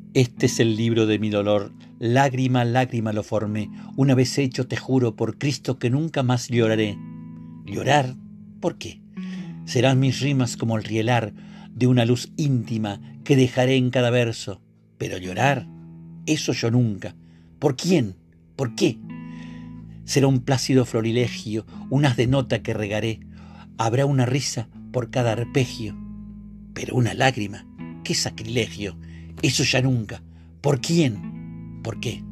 Este es el libro de mi dolor, lágrima, lágrima lo formé, una vez hecho te juro por Cristo que nunca más lloraré. ¿Llorar? ¿Por qué? Serán mis rimas como el rielar de una luz íntima que dejaré en cada verso. Pero llorar, eso yo nunca. ¿Por quién? ¿Por qué? Será un plácido florilegio, un haz de nota que regaré. Habrá una risa por cada arpegio. Pero una lágrima, qué sacrilegio. Eso ya nunca. ¿Por quién? ¿Por qué?